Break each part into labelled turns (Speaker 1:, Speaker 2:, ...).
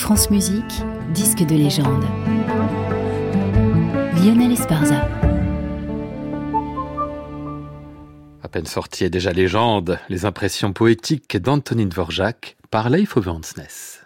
Speaker 1: France Musique, disque de légende. Lionel Esparza.
Speaker 2: À peine sorti et déjà légende, les impressions poétiques d'Antonín Dvořák par Leif Ove Andsnes.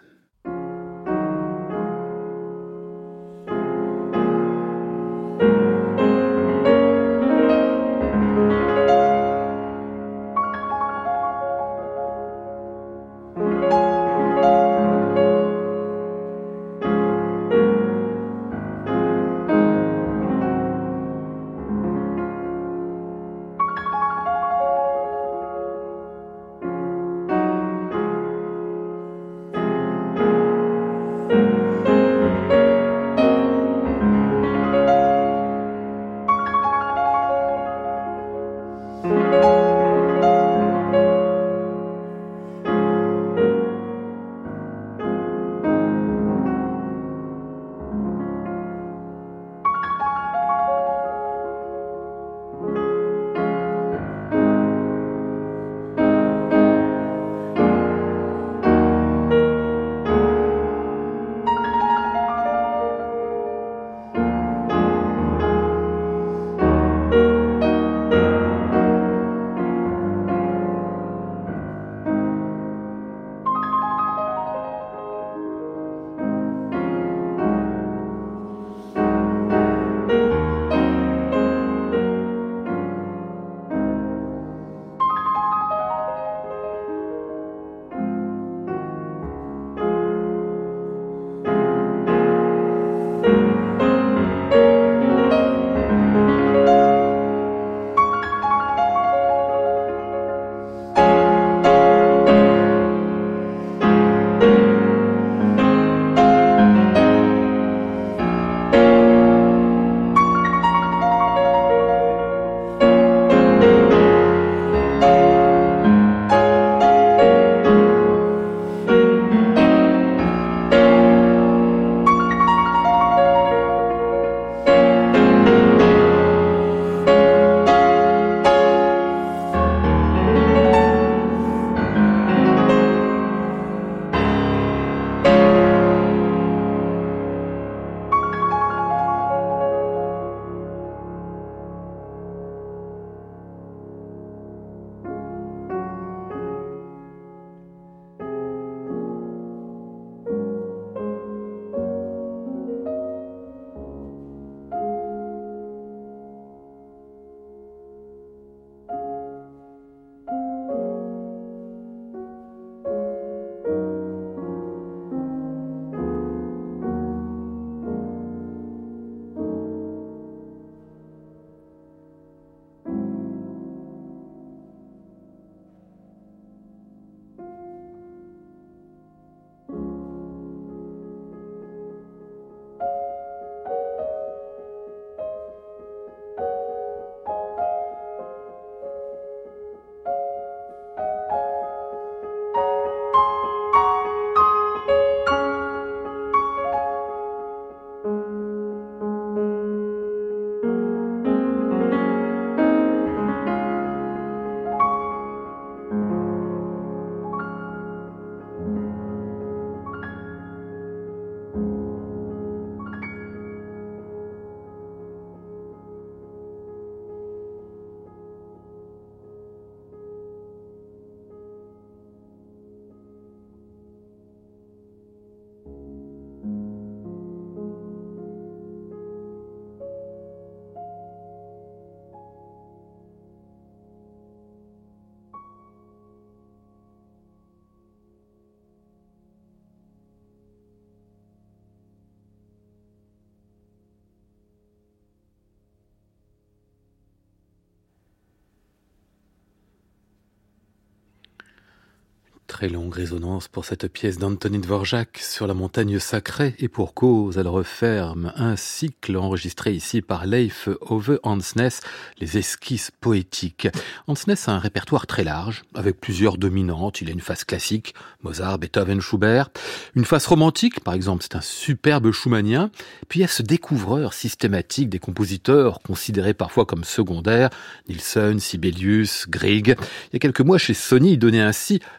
Speaker 2: Très longue résonance pour cette pièce d'Antonín Dvořák sur la montagne sacrée, et pour cause, elle referme un cycle enregistré ici par Leif Ove Andsnes, les esquisses poétiques. Andsnes a un répertoire très large, avec plusieurs dominantes. Il a une phase classique, Mozart, Beethoven, Schubert, une phase romantique, par exemple, c'est un superbe schumannien, puis il y a ce découvreur systématique des compositeurs considérés parfois comme secondaires, Nielsen, Sibelius, Grieg. Il y a quelques mois, chez Sony, il donnait ainsi ce cycle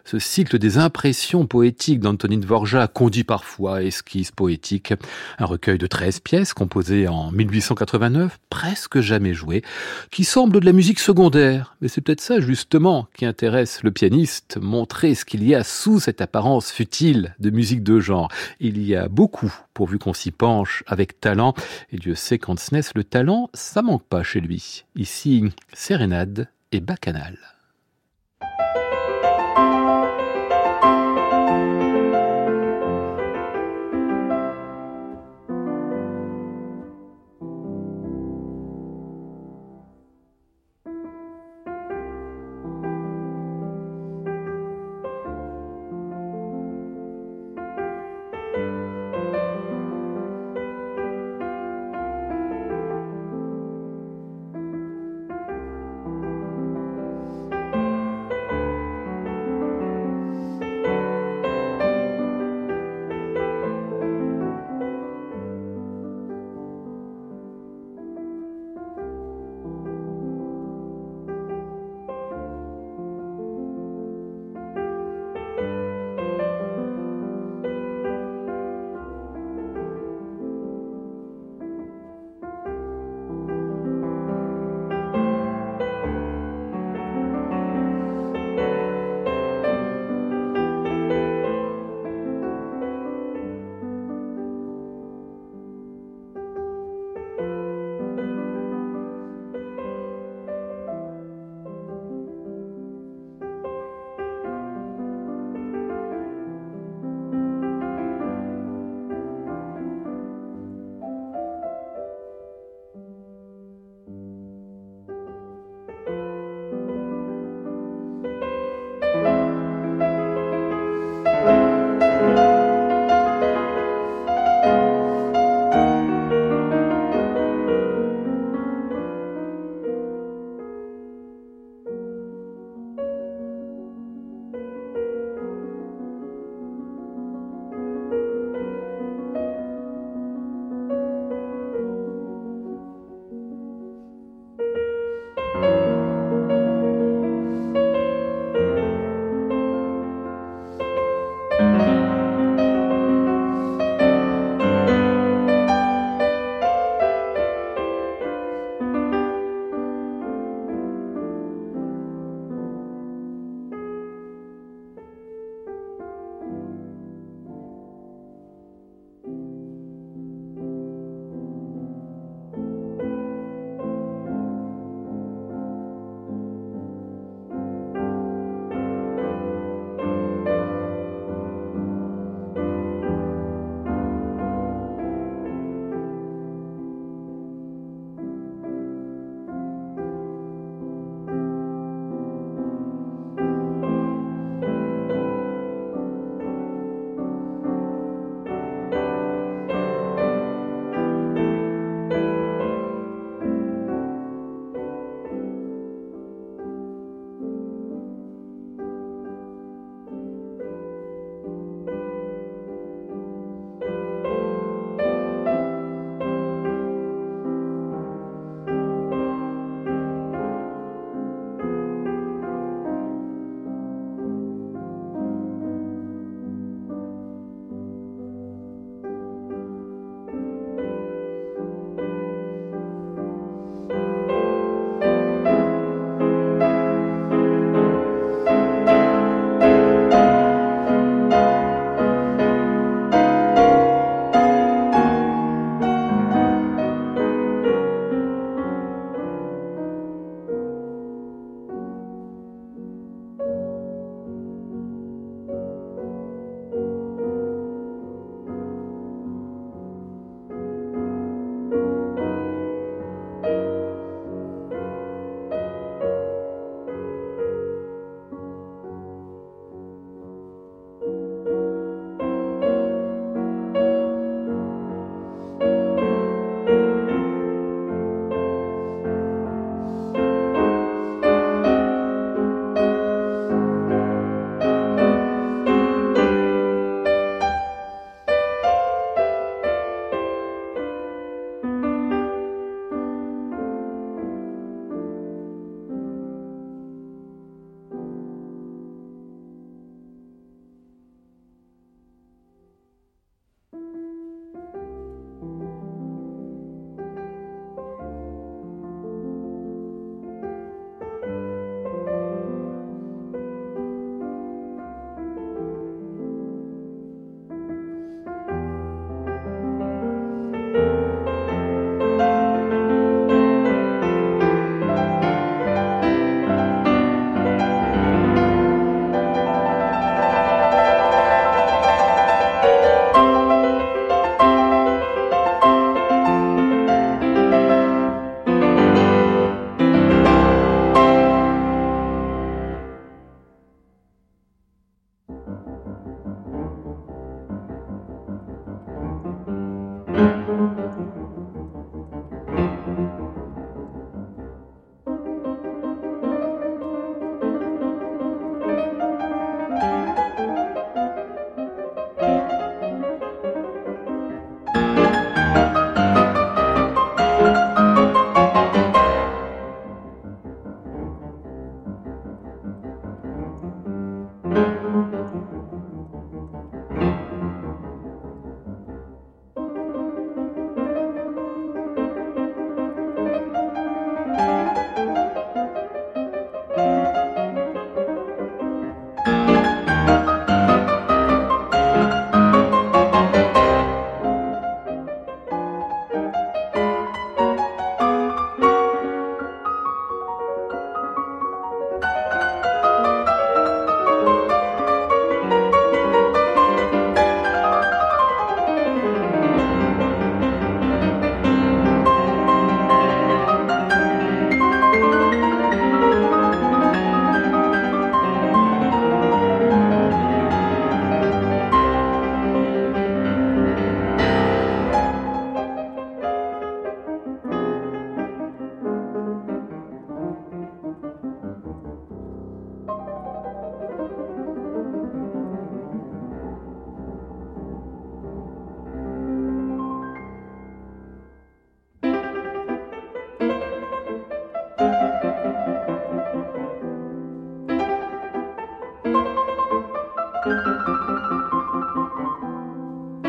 Speaker 2: cycle des impressions poétiques d'Antonin Dvorak, qu'on dit parfois esquisse poétique. Un recueil de 13 pièces composées en 1889, presque jamais jouées, qui semble de la musique secondaire. Mais c'est peut-être ça justement qui intéresse le pianiste, montrer ce qu'il y a sous cette apparence futile de musique de genre. Il y a beaucoup, pourvu qu'on s'y penche avec talent. Et Dieu sait qu'Hansness, le talent, ça manque pas chez lui. Ici, sérénade et bacchanal.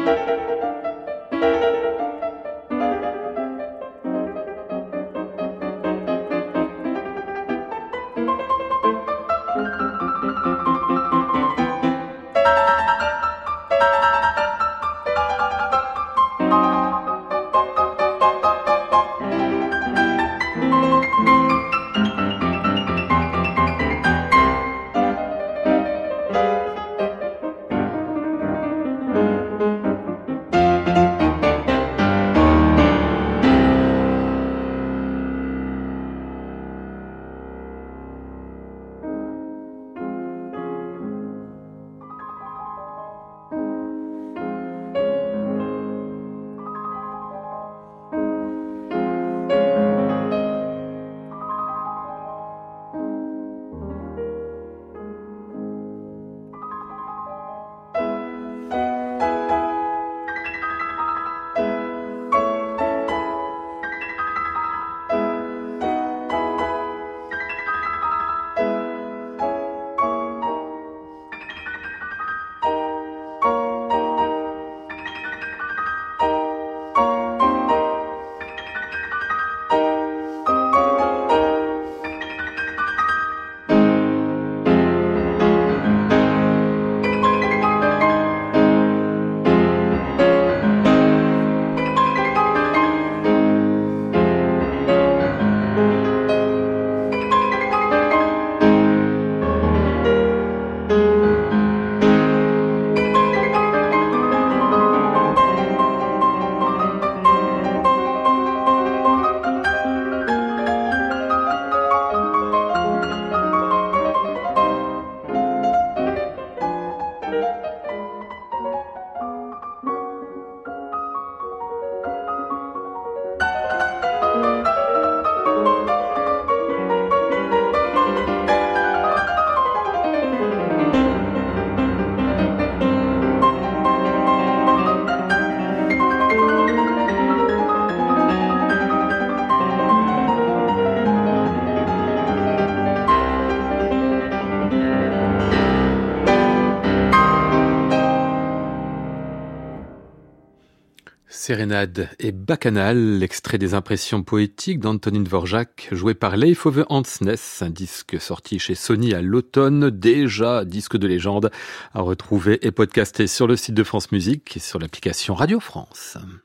Speaker 2: Sérénade et Bacchanal, l'extrait des impressions poétiques d'Antonín Dvořák, joué par Leif Ove Andsnes, un disque sorti chez Sony à l'automne, déjà disque de légende, à retrouver et podcaster sur le site de France Musique et sur l'application Radio France.